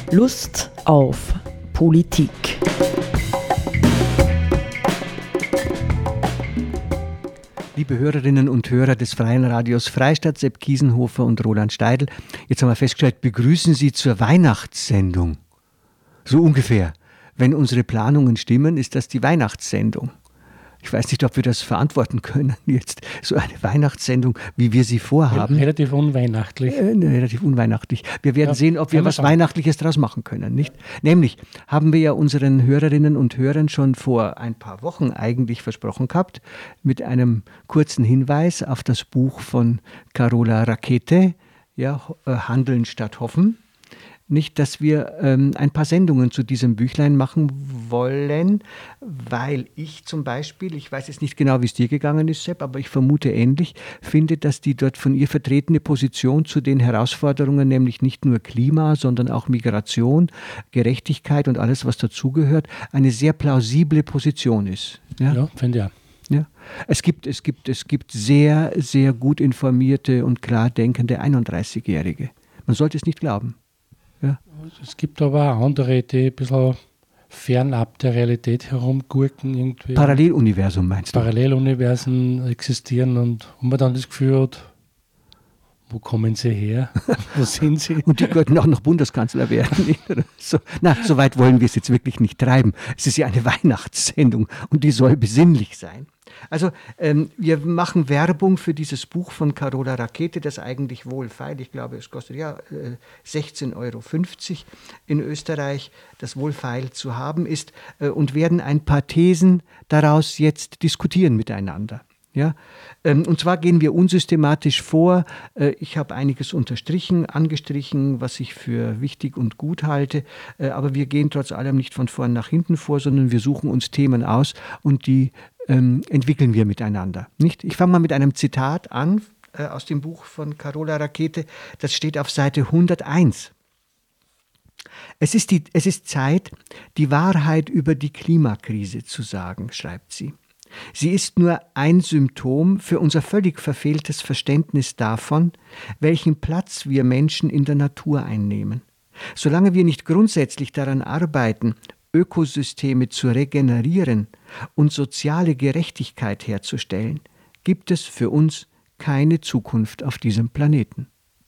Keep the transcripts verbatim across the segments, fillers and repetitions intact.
Lust auf Politik. Liebe Hörerinnen und Hörer des Freien Radios Freistadt, Sepp Kiesenhofer und Roland Steidl, jetzt haben wir festgestellt, begrüßen Sie zur Weihnachtssendung. So ungefähr. Wenn unsere Planungen stimmen, ist das die Weihnachtssendung. Ich weiß nicht, ob wir das verantworten können, jetzt so eine Weihnachtssendung, wie wir sie vorhaben. Ja, relativ unweihnachtlich. Äh, relativ unweihnachtlich. Wir werden ja, sehen, ob wir was sagen. Weihnachtliches draus machen können, nicht? Nämlich haben wir ja unseren Hörerinnen und Hörern schon vor ein paar Wochen eigentlich versprochen gehabt, mit einem kurzen Hinweis auf das Buch von Carola Rackete, ja, Handeln statt Hoffen. Nicht, dass wir ähm, ein paar Sendungen zu diesem Büchlein machen wollen, weil ich zum Beispiel, ich weiß jetzt nicht genau, wie es dir gegangen ist, Sepp, aber ich vermute ähnlich, finde, dass die dort von ihr vertretene Position zu den Herausforderungen, nämlich nicht nur Klima, sondern auch Migration, Gerechtigkeit und alles, was dazugehört, eine sehr plausible Position ist. Ja, ja finde ja. Ja. Es gibt, es gibt, es gibt sehr, sehr gut informierte und klar denkende einunddreißigjährige. Man sollte es nicht glauben. Ja. Es gibt aber auch andere, die ein bisschen fernab der Realität herumgurken. Irgendwie. Paralleluniversum meinst du? Paralleluniversen existieren und, und man dann das Gefühl hat, wo kommen sie her? Wo sind sie? Und die könnten auch noch Bundeskanzler werden. so, na, so weit wollen wir es jetzt wirklich nicht treiben. Es ist ja eine Weihnachtssendung und die soll besinnlich sein. Also ähm, wir machen Werbung für dieses Buch von Carola Rackete, das eigentlich wohlfeil, ich glaube, es kostet ja äh, sechzehn Euro fünfzig in Österreich, das wohlfeil zu haben ist, äh, und werden ein paar Thesen daraus jetzt diskutieren miteinander. Ja, ähm, und zwar gehen wir unsystematisch vor. Äh, ich habe einiges unterstrichen, angestrichen, was ich für wichtig und gut halte, äh, aber wir gehen trotz allem nicht von vorn nach hinten vor, sondern wir suchen uns Themen aus und die ähm, entwickeln wir miteinander. Nicht? Ich fange mal mit einem Zitat an äh, aus dem Buch von Carola Rackete. Das steht auf Seite hunderteins. Es ist, die, es ist Zeit, die Wahrheit über die Klimakrise zu sagen, schreibt sie. Sie ist nur ein Symptom für unser völlig verfehltes Verständnis davon, welchen Platz wir Menschen in der Natur einnehmen. Solange wir nicht grundsätzlich daran arbeiten, Ökosysteme zu regenerieren und soziale Gerechtigkeit herzustellen, gibt es für uns keine Zukunft auf diesem Planeten.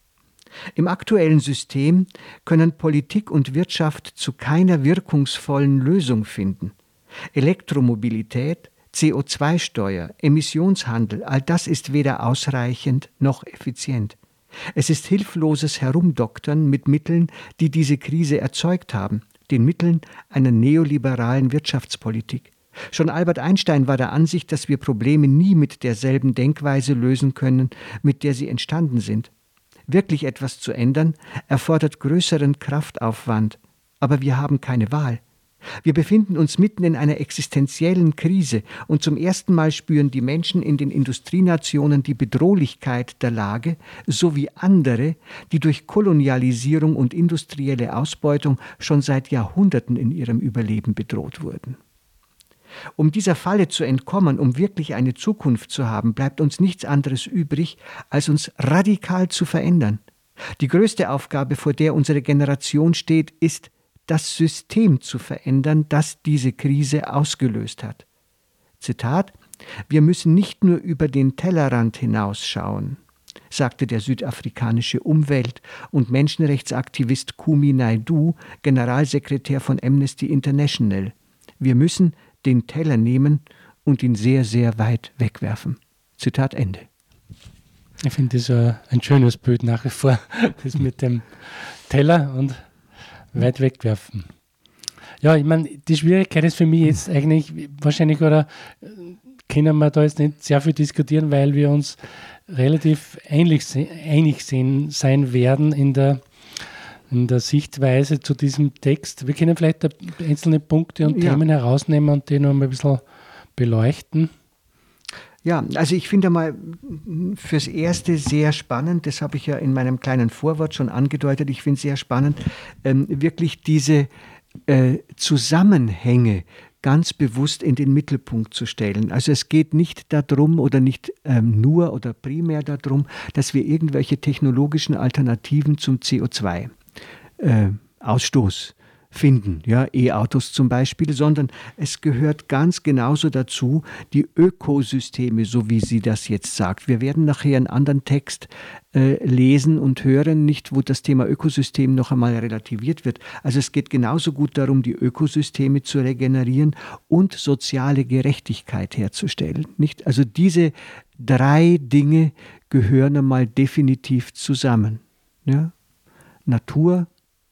Im aktuellen System können Politik und Wirtschaft zu keiner wirkungsvollen Lösung finden. Elektromobilität, C O zwei Steuer, Emissionshandel, all das ist weder ausreichend noch effizient. Es ist hilfloses Herumdoktern mit Mitteln, die diese Krise erzeugt haben, den Mitteln einer neoliberalen Wirtschaftspolitik. Schon Albert Einstein war der Ansicht, dass wir Probleme nie mit derselben Denkweise lösen können, mit der sie entstanden sind. Wirklich etwas zu ändern, erfordert größeren Kraftaufwand, aber wir haben keine Wahl. Wir befinden uns mitten in einer existenziellen Krise und zum ersten Mal spüren die Menschen in den Industrienationen die Bedrohlichkeit der Lage, sowie andere, die durch Kolonialisierung und industrielle Ausbeutung schon seit Jahrhunderten in ihrem Überleben bedroht wurden. Um dieser Falle zu entkommen, um wirklich eine Zukunft zu haben, bleibt uns nichts anderes übrig, als uns radikal zu verändern. Die größte Aufgabe, vor der unsere Generation steht, ist, das System zu verändern, das diese Krise ausgelöst hat. Zitat: Wir müssen nicht nur über den Tellerrand hinausschauen, sagte der südafrikanische Umwelt- und Menschenrechtsaktivist Kumi Naidoo, Generalsekretär von Amnesty International. Wir müssen den Teller nehmen und ihn sehr, sehr weit wegwerfen. Zitat Ende. Ich finde das ein schönes Bild nach wie vor, das mit dem Teller und weit wegwerfen. Ja, ich meine, die Schwierigkeit ist für mich jetzt eigentlich wahrscheinlich, oder können wir da jetzt nicht sehr viel diskutieren, weil wir uns relativ ähnlich einig sein werden in der, in der Sichtweise zu diesem Text. Wir können vielleicht einzelne Punkte und ja. Themen herausnehmen und die noch mal ein bisschen beleuchten. Ja, also ich finde mal fürs Erste sehr spannend, das habe ich ja in meinem kleinen Vorwort schon angedeutet, ich finde es sehr spannend, ähm, wirklich diese äh, Zusammenhänge ganz bewusst in den Mittelpunkt zu stellen. Also es geht nicht darum oder nicht ähm, nur oder primär darum, dass wir irgendwelche technologischen Alternativen zum C O zwei äh, Ausstoß finden, ja, E-Autos zum Beispiel, sondern es gehört ganz genauso dazu, die Ökosysteme, so wie sie das jetzt sagt. Wir werden nachher einen anderen Text äh, lesen und hören, nicht, wo das Thema Ökosystem noch einmal relativiert wird. Also es geht genauso gut darum, die Ökosysteme zu regenerieren und soziale Gerechtigkeit herzustellen. Nicht? Also diese drei Dinge gehören einmal definitiv zusammen. Ja? Natur,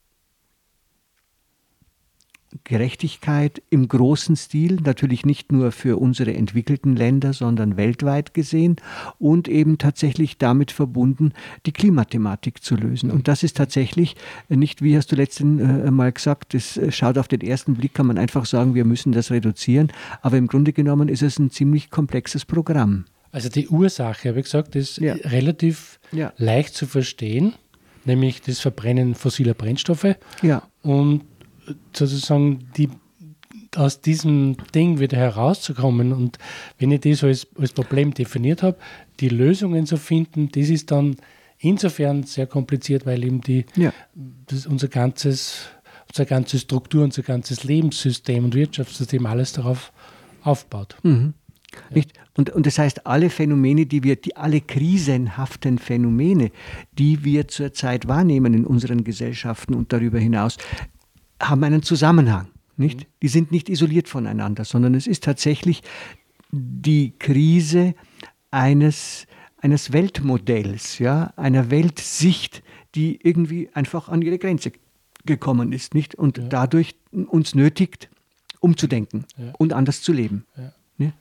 Gerechtigkeit im großen Stil, natürlich nicht nur für unsere entwickelten Länder, sondern weltweit gesehen und eben tatsächlich damit verbunden, die Klimathematik zu lösen. Und das ist tatsächlich nicht, wie hast du letzten äh, Mal gesagt, das schaut auf den ersten Blick, kann man einfach sagen, wir müssen das reduzieren, aber im Grunde genommen ist es ein ziemlich komplexes Programm. Also die Ursache, habe ich gesagt, ist ja. relativ ja. leicht zu verstehen, nämlich das Verbrennen fossiler Brennstoffe ja. und sozusagen die, aus diesem Ding wieder herauszukommen und wenn ich das als, als Problem definiert habe, die Lösungen zu finden, das ist dann insofern sehr kompliziert, weil eben die, ja. das, unser ganzes, unsere ganze Struktur, unser ganzes Lebenssystem und Wirtschaftssystem alles darauf aufbaut. Mhm. Ja. Nicht? Und, und das heißt, alle Phänomene, die wir, die alle krisenhaften Phänomene, die wir zurzeit wahrnehmen in unseren Gesellschaften und darüber hinaus, haben einen Zusammenhang. Nicht? Die sind nicht isoliert voneinander, sondern es ist tatsächlich die Krise eines, eines Weltmodells, ja, einer Weltsicht, die irgendwie einfach an ihre Grenze gekommen ist, nicht? Und ja. dadurch uns nötigt, umzudenken ja. und anders zu leben. Ja. Ne?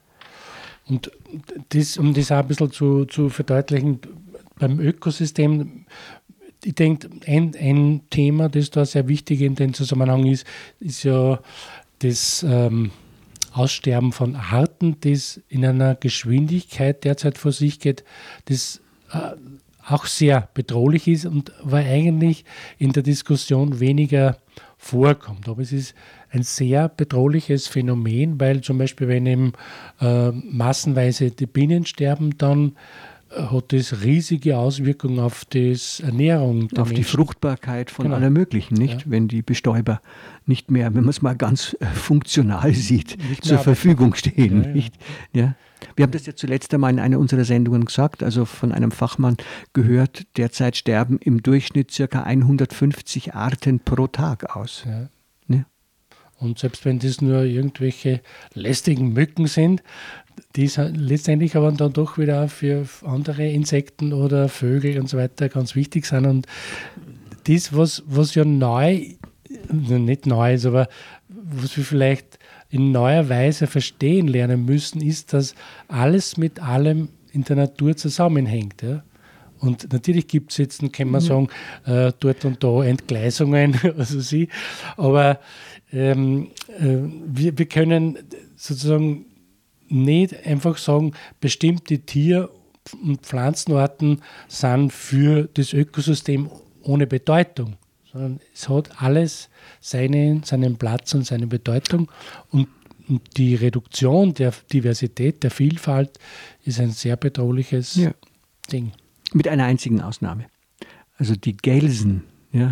Und das, um das auch ein bisschen zu, zu verdeutlichen, beim Ökosystem, ich denke, ein, ein Thema, das da sehr wichtig in dem Zusammenhang ist, ist ja das ähm, Aussterben von Arten, das in einer Geschwindigkeit derzeit vor sich geht, das äh, auch sehr bedrohlich ist und weil eigentlich in der Diskussion weniger vorkommt. Aber es ist ein sehr bedrohliches Phänomen, weil zum Beispiel, wenn eben äh, massenweise die Bienen sterben, dann hat das riesige Auswirkungen auf die Ernährung der Auf Menschen. die Fruchtbarkeit von genau. aller möglichen, nicht? Ja. Wenn die Bestäuber nicht mehr, wenn man es mal ganz äh, funktional sieht, Nicht zur Verfügung stehen. Ja, ja. Nicht? Ja. Wir haben das ja zuletzt einmal in einer unserer Sendungen gesagt, also von einem Fachmann gehört, derzeit sterben im Durchschnitt ca. hundertfünfzig Arten pro Tag aus. Ja. Ja. Und selbst wenn das nur irgendwelche lästigen Mücken sind, die letztendlich aber dann doch wieder für andere Insekten oder Vögel und so weiter ganz wichtig sind. Und das, was, was ja neu, nicht neu ist, aber was wir vielleicht in neuer Weise verstehen lernen müssen, ist, dass alles mit allem in der Natur zusammenhängt. Ja? Und natürlich gibt es jetzt, kann man sagen, äh, dort und da Entgleisungen, also sie, aber ähm, äh, wir, wir können sozusagen nicht einfach sagen, bestimmte Tier- und Pflanzenarten sind für das Ökosystem ohne Bedeutung, sondern es hat alles seine, seinen Platz und seine Bedeutung und, und die Reduktion der Diversität, der Vielfalt ist ein sehr bedrohliches ja. Ding. Mit einer einzigen Ausnahme. Also die Gelsen, ja,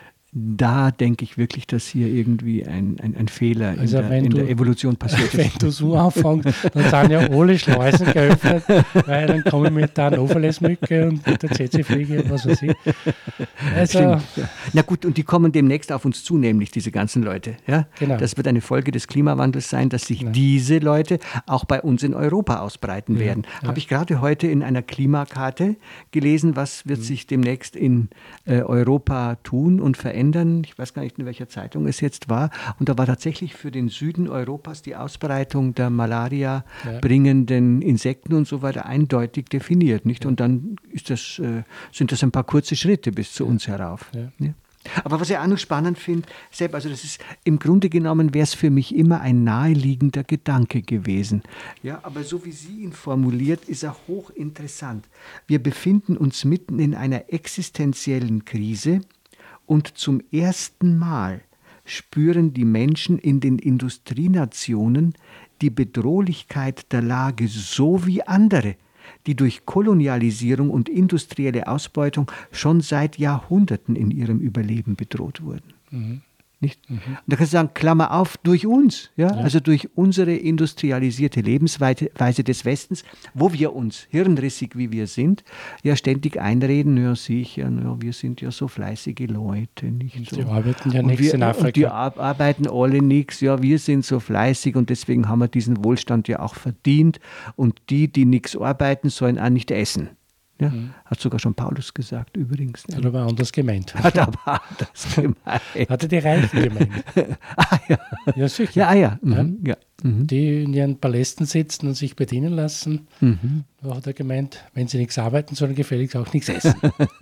da denke ich wirklich, dass hier irgendwie ein, ein, ein Fehler in, also der, in du, der Evolution passiert ist. Wenn du so anfängst, dann sind ja alle Schleusen geöffnet, weil dann komme ich mit der Anopheles-Mücke und mit der Tsetse-Fliege und was weiß ich. Also, Stimmt, ja. Na gut, und die kommen demnächst auf uns zu, nämlich diese ganzen Leute. Ja? Genau. Das wird eine Folge des Klimawandels sein, dass sich genau. diese Leute auch bei uns in Europa ausbreiten ja, werden. Ja. Habe ich gerade heute in einer Klimakarte gelesen, was wird mhm. sich demnächst in äh, Europa tun und verändern. Ich weiß gar nicht, in welcher Zeitung es jetzt war. Und da war tatsächlich für den Süden Europas die Ausbreitung der Malaria ja. bringenden Insekten und so weiter eindeutig definiert. Nicht? Ja. Und dann ist das, äh, sind das ein paar kurze Schritte bis zu ja. uns herauf. Ja. Ja. Aber was ich auch noch spannend finde, Sepp, also das ist im Grunde genommen, wäre es für mich immer ein naheliegender Gedanke gewesen. Ja, aber so wie sie ihn formuliert, ist er hochinteressant. Wir befinden uns mitten in einer existenziellen Krise, und zum ersten Mal spüren die Menschen in den Industrienationen die Bedrohlichkeit der Lage so wie andere, die durch Kolonialisierung und industrielle Ausbeutung schon seit Jahrhunderten in ihrem Überleben bedroht wurden. Mhm. Nicht? Mhm. Und da kannst du sagen, Klammer auf, durch uns, ja? ja, also durch unsere industrialisierte Lebensweise des Westens, wo wir uns, hirnrissig wie wir sind, ja ständig einreden, ja sicher, ja, wir sind ja so fleißige Leute. Nicht so. Die arbeiten ja nichts in Afrika. Und die arbeiten alle nichts, ja, wir sind so fleißig und deswegen haben wir diesen Wohlstand ja auch verdient und die, die nichts arbeiten, sollen auch nicht essen. Ja, mhm. Hat sogar schon Paulus gesagt, übrigens. Hat aber anders gemeint. Hat aber anders gemeint. Hat er die Reichen gemeint? ah, ja. Ja, sicher. Ja, ah, ja. Mhm. Ja. Mhm. Die in ihren Palästen sitzen und sich bedienen lassen. Mhm. Da hat er gemeint, wenn sie nichts arbeiten, sollen gefälligst auch nichts essen.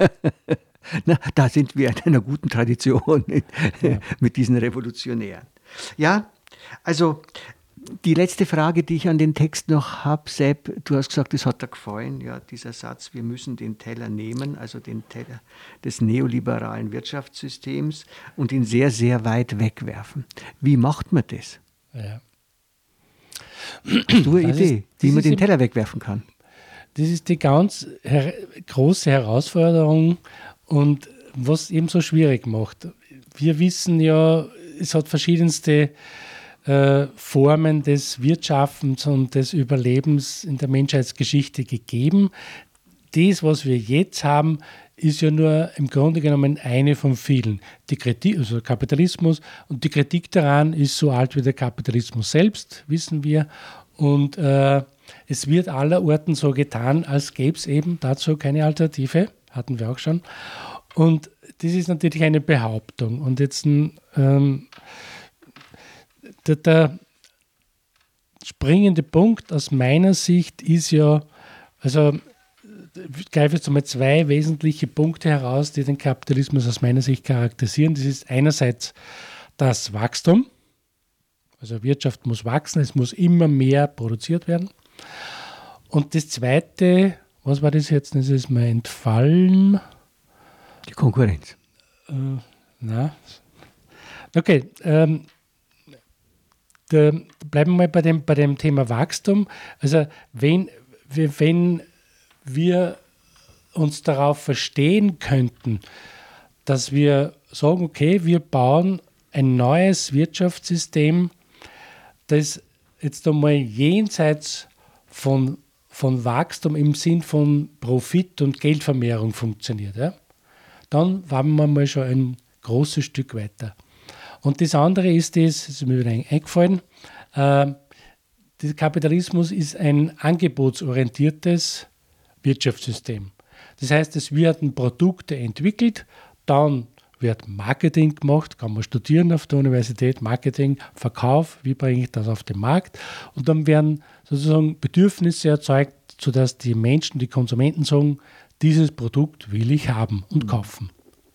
Na, da sind wir in einer guten Tradition mit, ja. mit diesen Revolutionären. Ja, also die letzte Frage, die ich an den Text noch habe, Sepp, du hast gesagt, es hat dir gefallen, ja, dieser Satz, wir müssen den Teller nehmen, also den Teller des neoliberalen Wirtschaftssystems und ihn sehr, sehr weit wegwerfen. Wie macht man das? Ja. Hast du eine das Idee, ist, wie man den Teller wegwerfen kann? Das ist die ganz her- große Herausforderung und was eben so schwierig macht. Wir wissen ja, es hat verschiedenste äh, Formen des Wirtschaftens und des Überlebens in der Menschheitsgeschichte gegeben. Das, was wir jetzt haben, ist ja nur im Grunde genommen eine von vielen. Die Kritik, also Kapitalismus, und die Kritik daran ist so alt wie der Kapitalismus selbst, wissen wir. Und äh, es wird allerorten so getan, als gäbe es eben dazu keine Alternative, hatten wir auch schon. Und das ist natürlich eine Behauptung. Und jetzt ähm, der, der springende Punkt aus meiner Sicht ist ja, also ich greife jetzt einmal zwei wesentliche Punkte heraus, die den Kapitalismus aus meiner Sicht charakterisieren. Das ist einerseits das Wachstum. Also Wirtschaft muss wachsen, es muss immer mehr produziert werden. Und das Zweite, was war das jetzt? Das ist mir entfallen. Die Konkurrenz. Äh, na. Okay, ähm, da bleiben wir mal bei dem, bei dem Thema Wachstum. Also wenn, wenn wir uns darauf verstehen könnten, dass wir sagen, okay, wir bauen ein neues Wirtschaftssystem, das jetzt einmal jenseits von, von Wachstum im Sinn von Profit und Geldvermehrung funktioniert, ja? Dann waren wir mal schon ein großes Stück weiter. Und das andere ist das, das ist mir wieder eingefallen, äh, der Kapitalismus ist ein angebotsorientiertes Wirtschaftssystem. Das heißt, es werden Produkte entwickelt, dann wird Marketing gemacht, kann man studieren auf der Universität, Marketing, Verkauf, wie bringe ich das auf den Markt, und dann werden sozusagen Bedürfnisse erzeugt, sodass die Menschen, die Konsumenten sagen, dieses Produkt will ich haben und kaufen.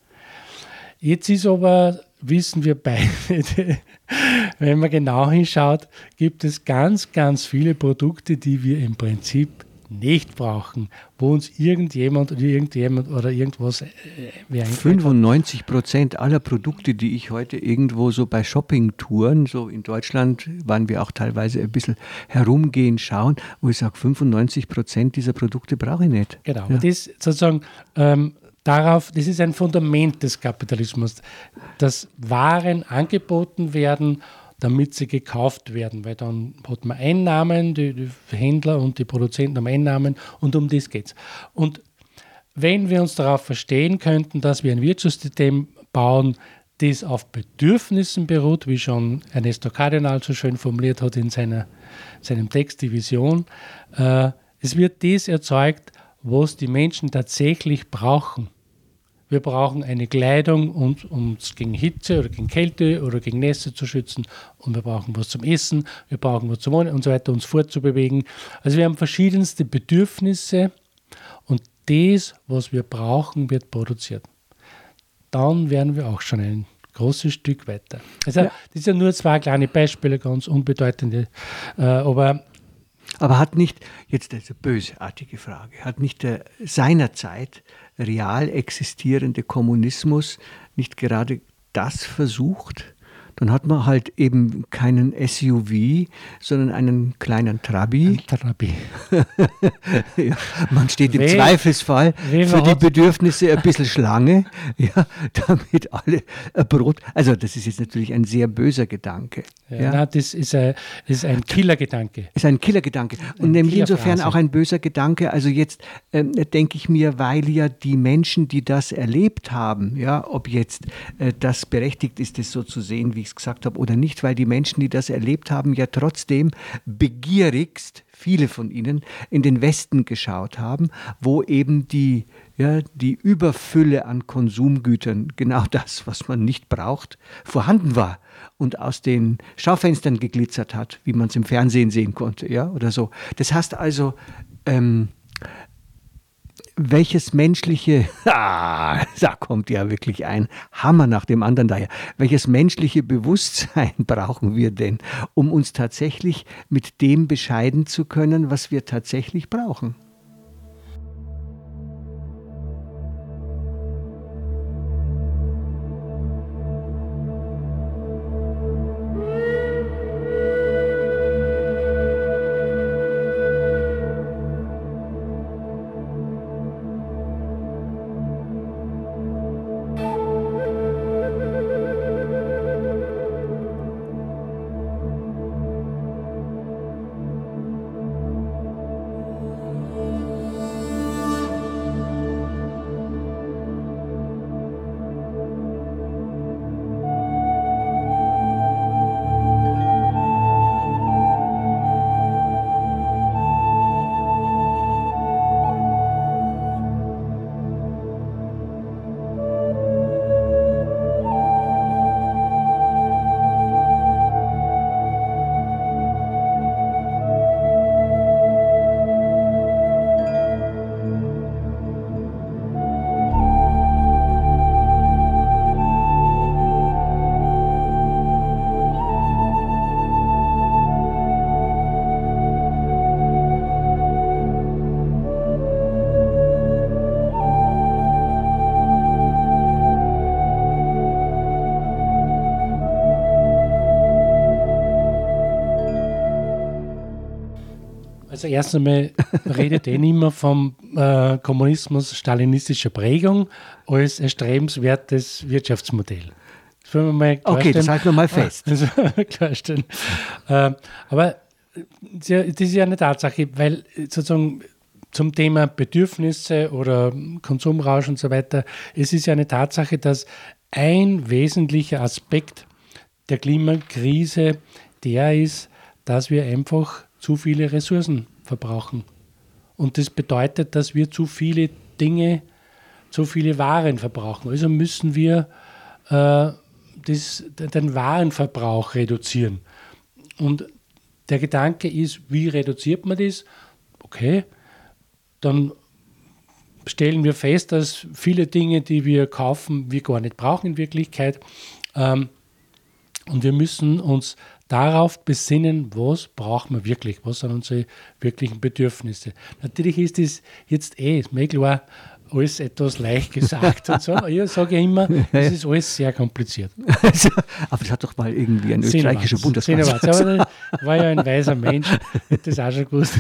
Jetzt ist aber, wissen wir beide, wenn man genau hinschaut, gibt es ganz, ganz viele Produkte, die wir im Prinzip nicht brauchen, wo uns irgendjemand oder irgendjemand oder irgendwas äh, fünfundneunzig Prozent aller Produkte, die ich heute irgendwo so bei Shoppingtouren, so in Deutschland waren wir auch teilweise ein bisschen herumgehen, schauen, wo ich sage, fünfundneunzig Prozent dieser Produkte brauche ich nicht. Genau, ja. Das sozusagen ähm, darauf, das ist ein Fundament des Kapitalismus, dass Waren angeboten werden, damit sie gekauft werden, weil dann hat man Einnahmen, die, die Händler und die Produzenten haben Einnahmen und um das geht es. Und wenn wir uns darauf verstehen könnten, dass wir ein Wirtschaftssystem bauen, das auf Bedürfnissen beruht, wie schon Ernesto Cardenal so schön formuliert hat in seiner, seinem Text Die Vision, äh, es wird das erzeugt, was die Menschen tatsächlich brauchen. Wir brauchen eine Kleidung, um uns gegen Hitze oder gegen Kälte oder gegen Nässe zu schützen. Und wir brauchen was zum Essen, wir brauchen was zum Wohnen und so weiter, uns fortzubewegen. Also wir haben verschiedenste Bedürfnisse und das, was wir brauchen, wird produziert. Dann wären wir auch schon ein großes Stück weiter. Also ja. Das sind ja nur zwei kleine Beispiele, ganz unbedeutende, äh, aber Aber hat nicht, jetzt eine bösartige Frage, hat nicht der seinerzeit real existierende Kommunismus nicht gerade das versucht, dann hat man halt eben keinen S U V, sondern einen kleinen Trabi. Ein Trabi. Ja, man steht im We- Zweifelsfall Weber für die hat- Bedürfnisse ein bisschen Schlange, ja, damit alle ein Brot. Also das ist jetzt natürlich ein sehr böser Gedanke. Ja, Ja. Nein, das ist ein, das ist ein Killergedanke. Ist ein Killergedanke. Und Eine nämlich insofern Killerphrase. auch ein böser Gedanke. Also jetzt ähm, denke ich mir, weil ja die Menschen, die das erlebt haben, ja, ob jetzt äh, das berechtigt ist, das so zu sehen, wie ich es gesagt habe, oder nicht, weil die Menschen, die das erlebt haben, ja trotzdem begierigst, viele von ihnen, in den Westen geschaut haben, wo eben die, ja, die Überfülle an Konsumgütern, genau das, was man nicht braucht, vorhanden war und aus den Schaufenstern geglitzert hat, wie man es im Fernsehen sehen konnte, ja, oder so. Das heißt also, ähm, welches menschliche, ah, da kommt ja wirklich ein Hammer nach dem anderen daher, welches menschliche Bewusstsein brauchen wir denn, um uns tatsächlich mit dem bescheiden zu können, was wir tatsächlich brauchen? Also erst einmal redet eh nicht mehr vom äh, Kommunismus stalinistischer Prägung als erstrebenswertes Wirtschaftsmodell. Das wollen wir mal Okay, das klarstellen. halten wir mal fest. Also, klarstellen. Äh, aber das ist ja eine Tatsache, weil sozusagen zum Thema Bedürfnisse oder Konsumrausch und so weiter, es ist ja eine Tatsache, dass ein wesentlicher Aspekt der Klimakrise der ist, dass wir einfach zu viele Ressourcen verbrauchen. Und das bedeutet, dass wir zu viele Dinge, zu viele Waren verbrauchen. Also müssen wir äh, das, den Warenverbrauch reduzieren. Und der Gedanke ist, wie reduziert man das? Okay, dann stellen wir fest, dass viele Dinge, die wir kaufen, wir gar nicht brauchen in Wirklichkeit. Ähm, und wir müssen uns darauf besinnen, was brauchen wir wirklich, was sind unsere wirklichen Bedürfnisse. Natürlich ist das jetzt eh, ist mir klar, alles etwas leicht gesagt und so. Ich sage ja immer, das ist alles sehr kompliziert. Also, aber das hat doch mal irgendwie ein österreichischer Bundeskanzler gesagt. Aber der war ja ein weiser Mensch, hat das auch schon gewusst.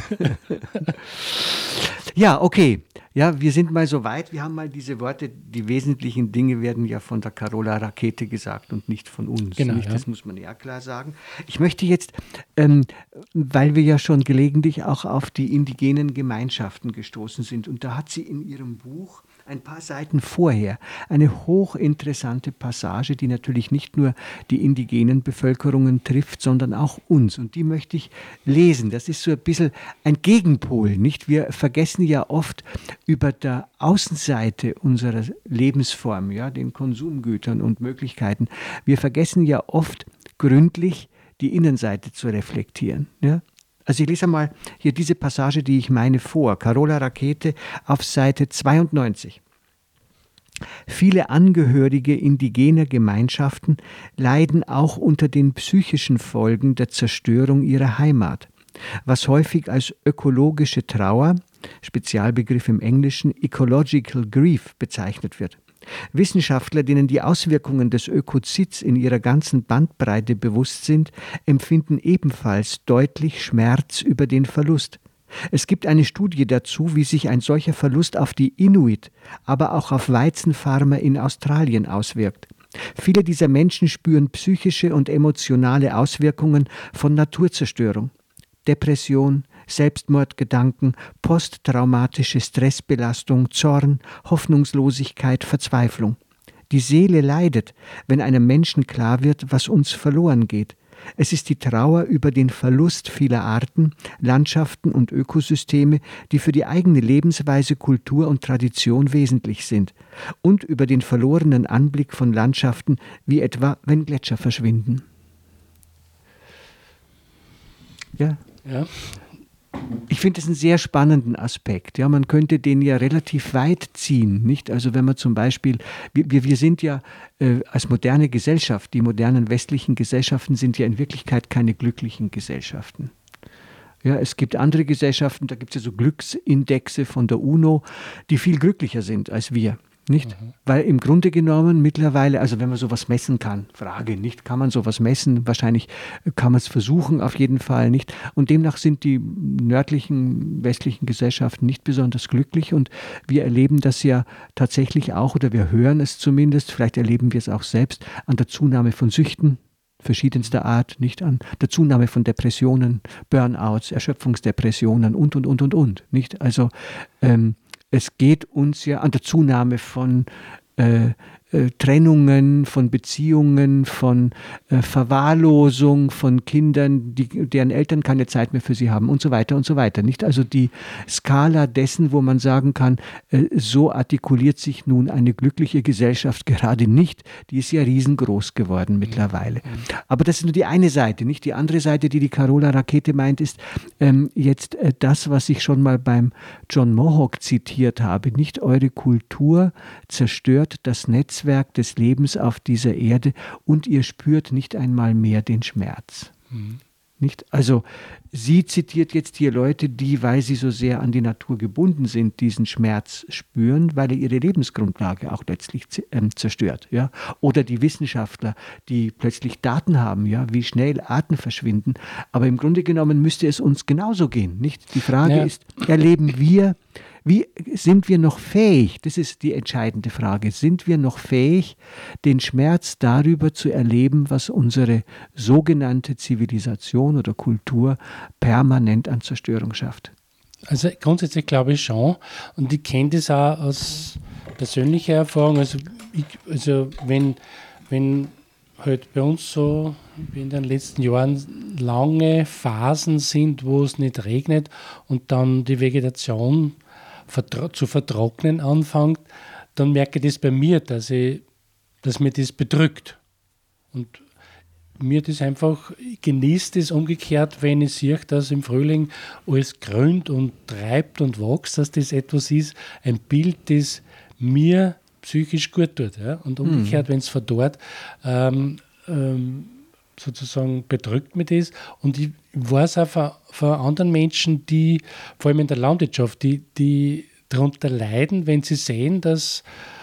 Ja, okay. Ja, wir sind mal so weit. Wir haben mal diese Worte, die wesentlichen Dinge werden ja von der Carola Rackete gesagt und nicht von uns. Genau, nicht? ja. Das muss man ja klar sagen. Ich möchte jetzt, ähm, weil wir ja schon gelegentlich auch auf die indigenen Gemeinschaften gestoßen sind, und da hat sie in ihrem Buch ein paar Seiten vorher eine hochinteressante Passage, die natürlich nicht nur die indigenen Bevölkerungen trifft, sondern auch uns. Und die möchte ich lesen. Das ist so ein bisschen ein Gegenpol, nicht? Wir vergessen ja oft über der Außenseite unserer Lebensform, ja, den Konsumgütern und Möglichkeiten, wir vergessen ja oft gründlich die Innenseite zu reflektieren, ja. Also ich lese einmal hier diese Passage, die ich meine, vor. Carola Rackete auf Seite zweiundneunzig. Viele Angehörige indigener Gemeinschaften leiden auch unter den psychischen Folgen der Zerstörung ihrer Heimat. was häufig als ökologische Trauer, Spezialbegriff im Englischen Ecological Grief, bezeichnet wird. Wissenschaftler, denen die Auswirkungen des Ökozids in ihrer ganzen Bandbreite bewusst sind, empfinden ebenfalls deutlich Schmerz über den Verlust. Es gibt eine Studie dazu, wie sich ein solcher Verlust auf die Inuit, aber auch auf Weizenfarmer in Australien auswirkt. Viele dieser Menschen spüren psychische und emotionale Auswirkungen von Naturzerstörung. Depression, Selbstmordgedanken, posttraumatische Stressbelastung, Zorn, Hoffnungslosigkeit, Verzweiflung. Die Seele leidet, wenn einem Menschen klar wird, was uns verloren geht. Es ist die Trauer über den Verlust vieler Arten, Landschaften und Ökosysteme, die für die eigene Lebensweise, Kultur und Tradition wesentlich sind, und über den verlorenen Anblick von Landschaften, wie etwa, wenn Gletscher verschwinden. Ja. Ja. Ich finde es einen sehr spannenden Aspekt. Ja, man könnte den ja relativ weit ziehen, nicht? Also wenn man zum Beispiel, wir, wir sind ja äh, als moderne Gesellschaft, die modernen westlichen Gesellschaften sind ja in Wirklichkeit keine glücklichen Gesellschaften. Ja, es gibt andere Gesellschaften, da gibt es ja so Glücksindexe von der UNO, die viel glücklicher sind als wir. Nicht? Mhm. Weil im Grunde genommen mittlerweile, also wenn man sowas messen kann, Frage nicht, kann man sowas messen? Wahrscheinlich kann man es versuchen, auf jeden Fall nicht. Und demnach sind die nördlichen, westlichen Gesellschaften nicht besonders glücklich. Und wir erleben das ja tatsächlich auch, oder wir hören es zumindest, vielleicht erleben wir es auch selbst, an der Zunahme von Süchten verschiedenster Art, nicht an der Zunahme von Depressionen, Burnouts, Erschöpfungsdepressionen und, und, und, und, und. Nicht? Also, ähm, es geht uns ja an der Zunahme von äh, äh, Trennungen, von Beziehungen, von äh, Verwahrlosung, von Kindern, die, deren Eltern keine Zeit mehr für sie haben und so weiter und so weiter. Nicht? Also die Skala dessen, wo man sagen kann, äh, so artikuliert sich nun eine glückliche Gesellschaft gerade nicht, die ist ja riesengroß geworden mittlerweile. Aber das ist nur die eine Seite, nicht? Die andere Seite, die die Carola Rakete meint, ist ähm, jetzt äh, das, was ich schon mal beim John Mohawk zitiert habe. Nicht eure Kultur zerstört das Netzwerk des Lebens auf dieser Erde und ihr spürt nicht einmal mehr den Schmerz. Mhm. Nicht? Also sie zitiert jetzt hier Leute, die, weil sie so sehr an die Natur gebunden sind, diesen Schmerz spüren, weil er ihre Lebensgrundlage auch letztlich ähm, zerstört. Ja? Oder die Wissenschaftler, die plötzlich Daten haben, ja, wie schnell Arten verschwinden. Aber im Grunde genommen müsste es uns genauso gehen. Nicht? Die Frage ja. ist, erleben wir, wie sind wir noch fähig, das ist die entscheidende Frage, sind wir noch fähig, den Schmerz darüber zu erleben, was unsere sogenannte Zivilisation oder Kultur permanent an Zerstörung schafft? Also grundsätzlich glaube ich schon, und ich kenne das auch aus persönlicher Erfahrung, also, ich, also wenn, wenn halt bei uns so wie in den letzten Jahren lange Phasen sind, wo es nicht regnet und dann die Vegetation zu vertrocknen anfängt, dann merke ich das bei mir, dass, ich, dass mir das bedrückt. Und mir das einfach, ich genieße das umgekehrt, wenn ich sehe, dass im Frühling alles grünt und treibt und wächst, dass das etwas ist, ein Bild, das mir psychisch gut tut. Ja? Und umgekehrt, mhm. wenn es verdorrt, ähm, ähm, sozusagen bedrückt mich das. Und ich weiß auch von, von anderen Menschen, die, vor allem in der Landwirtschaft, die, die darunter leiden, wenn sie sehen, dass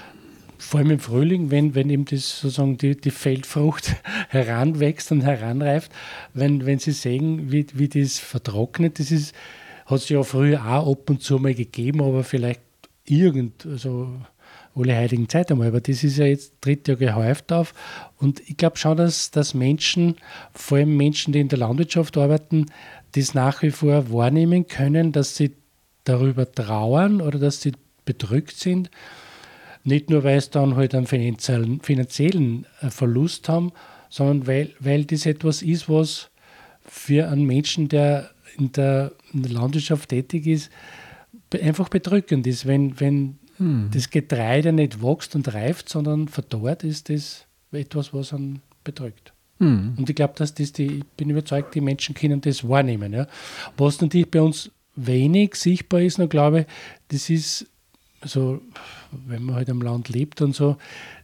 vor allem im Frühling, wenn, wenn eben das sozusagen die, die Feldfrucht heranwächst und heranreift, wenn, wenn sie sehen, wie, wie das vertrocknet, das ist, hat es ja früher auch ab und zu mal gegeben, aber vielleicht irgend, also alle heiligen Zeit einmal, aber das ist ja jetzt, tritt ja gehäuft auf. Und ich glaube schon, dass, dass Menschen, vor allem Menschen, die in der Landwirtschaft arbeiten, das nach wie vor wahrnehmen können, dass sie darüber trauern oder dass sie bedrückt sind. Nicht nur, weil sie dann halt einen finanziellen, finanziellen Verlust haben, sondern weil, weil das etwas ist, was für einen Menschen, der in der, in der Landwirtschaft tätig ist, einfach bedrückend ist. Wenn, wenn hm. das Getreide nicht wächst und reift, sondern verdorrt, ist das etwas, was einen bedrückt. Hm. Und ich glaube, dass das die, ich bin überzeugt, die Menschen können das wahrnehmen. Ja. Was natürlich bei uns wenig sichtbar ist, noch glaube ich, das ist so, wenn man halt am Land lebt und so,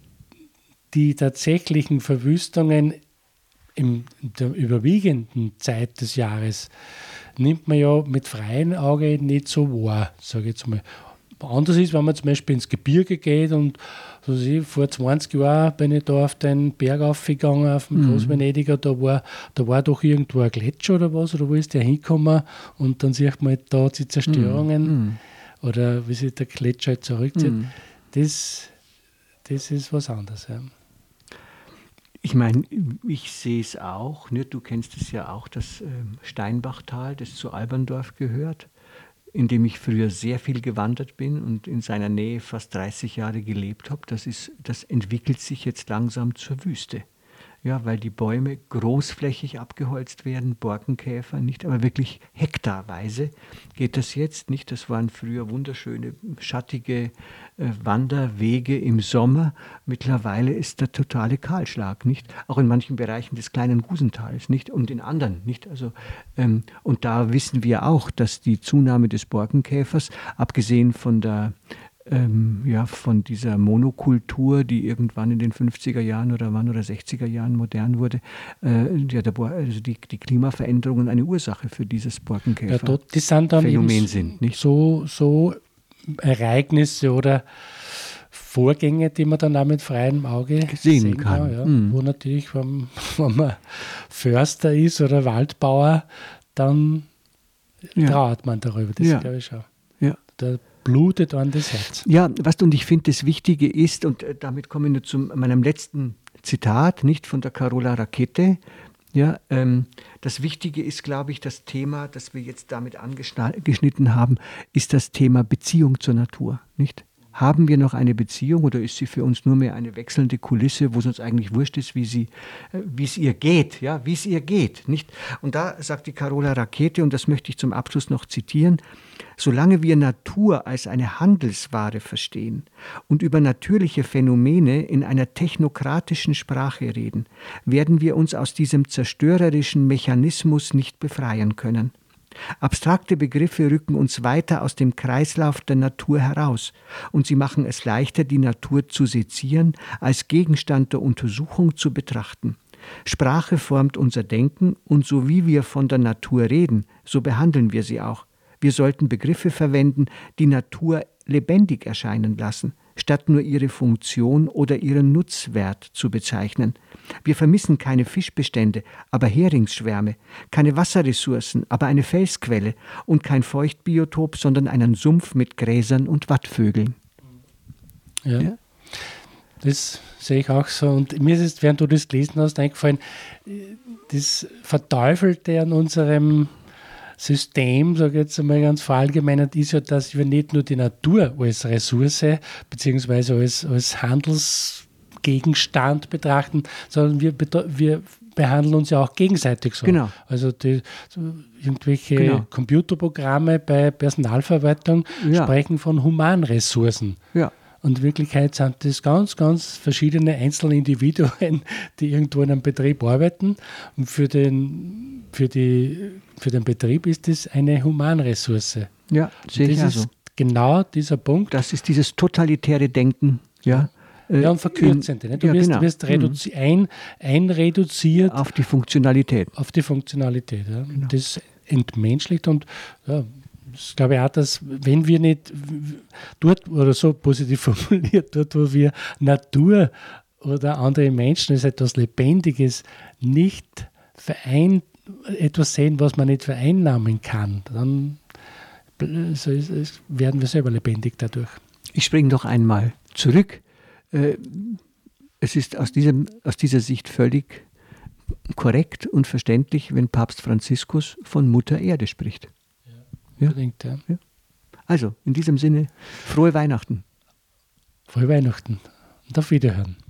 die tatsächlichen Verwüstungen in der überwiegenden Zeit des Jahres, nimmt man ja mit freiem Auge nicht so wahr, sage ich jetzt mal. Anders ist, wenn man zum Beispiel ins Gebirge geht und so ich, vor zwanzig Jahren bin ich da auf den Berg aufgegangen, auf dem Mhm. Großvenediger, da war, da war doch irgendwo ein Gletscher oder was, oder wo ist der hingekommen und dann sieht man da die Zerstörungen Mhm. oder wie sich der Gletscher halt zurückzieht. Mhm. Das, das ist was anderes. Ja. Ich meine, ich sehe es auch, ne? Du kennst es ja auch, das ähm, Steinbachtal, das zu Alberndorf gehört, in dem ich früher sehr viel gewandert bin und in seiner Nähe fast dreißig Jahre gelebt habe. Das ist, das entwickelt sich jetzt langsam zur Wüste. Ja, weil die Bäume großflächig abgeholzt werden, Borkenkäfer, nicht, aber wirklich hektarweise geht das jetzt, nicht? Das waren früher wunderschöne, schattige äh, Wanderwege im Sommer. Mittlerweile ist der totale Kahlschlag, nicht? Auch in manchen Bereichen des kleinen Gusentals, nicht? Und in anderen, nicht? Also, ähm, und da wissen wir auch, dass die Zunahme des Borkenkäfers, abgesehen von der Ähm, ja, von dieser Monokultur, die irgendwann in den fünfziger Jahren oder wann oder sechziger Jahren modern wurde, äh, ja, der Bo- also die, die Klimaveränderungen eine Ursache für dieses Ja, Borkenkäfer. dort, das sind dann Phänomen eben sind, nicht? So, so Ereignisse oder Vorgänge, die man dann auch mit freiem Auge Sehen sehen kann. kann. Ja. Mhm. Wo natürlich, wenn, wenn man Förster ist oder Waldbauer, dann Ja. trauert man darüber. Das Ja. glaube ich schon. Ja. Da blutet an das Herz. Ja, was und ich finde, das Wichtige ist, und äh, damit komme ich nur zu meinem letzten Zitat, nicht von der Carola Rackete. Ja, ähm, das Wichtige ist, glaube ich, das Thema, das wir jetzt damit angeschnitten haben, ist das Thema Beziehung zur Natur, nicht? Haben wir noch eine Beziehung oder ist sie für uns nur mehr eine wechselnde Kulisse, wo es uns eigentlich wurscht ist, wie sie, äh, wie es ihr geht, ja, wie es ihr geht, nicht? Und da sagt die Carola Rackete, und das möchte ich zum Abschluss noch zitieren: Solange wir Natur als eine Handelsware verstehen und über natürliche Phänomene in einer technokratischen Sprache reden, werden wir uns aus diesem zerstörerischen Mechanismus nicht befreien können. Abstrakte Begriffe rücken uns weiter aus dem Kreislauf der Natur heraus und sie machen es leichter, die Natur zu sezieren, als Gegenstand der Untersuchung zu betrachten. Sprache formt unser Denken und so wie wir von der Natur reden, so behandeln wir sie auch. Wir sollten Begriffe verwenden, die Natur lebendig erscheinen lassen, statt nur ihre Funktion oder ihren Nutzwert zu bezeichnen. Wir vermissen keine Fischbestände, aber Heringsschwärme, keine Wasserressourcen, aber eine Felsquelle und kein Feuchtbiotop, sondern einen Sumpf mit Gräsern und Wattvögeln. Ja. Ja. Das sehe ich auch so. Und mir ist es, während du das gelesen hast, eingefallen, das Verteufelte an unserem System, sage ich jetzt einmal ganz verallgemeinert, ist ja, dass wir nicht nur die Natur als Ressource beziehungsweise als, als Handelsgegenstand betrachten, sondern wir, wir behandeln uns ja auch gegenseitig so. Genau. Also die, irgendwelche Genau. Computerprogramme bei Personalverwaltung Ja. sprechen von Humanressourcen. Ja. Und in Wirklichkeit sind das ganz, ganz verschiedene einzelne Individuen, die irgendwo in einem Betrieb arbeiten. Und für den, für die, für den Betrieb ist das eine Humanressource. Ja, sehe ich Das also. ist genau dieser Punkt. Das ist dieses totalitäre Denken. Ja, Ja, und verkürzende. Ne? Du ja, wirst, genau. du wirst reduzi- ein, einreduziert auf die Funktionalität. auf die Funktionalität. Ja. Das entmenschlicht und ja, das glaube ich auch, dass wenn wir nicht dort, oder so positiv formuliert, dort, wo wir Natur oder andere Menschen als etwas Lebendiges nicht verein, etwas sehen, was man nicht vereinnahmen kann, dann so ist, ist, werden wir selber lebendig dadurch. Ich springe noch einmal zurück. Äh, Es ist aus, diesem, aus dieser Sicht völlig korrekt und verständlich, wenn Papst Franziskus von Mutter Erde spricht. Ja. Unbedingt, ja. Also, in diesem Sinne, frohe Weihnachten. Frohe Weihnachten und auf Wiederhören.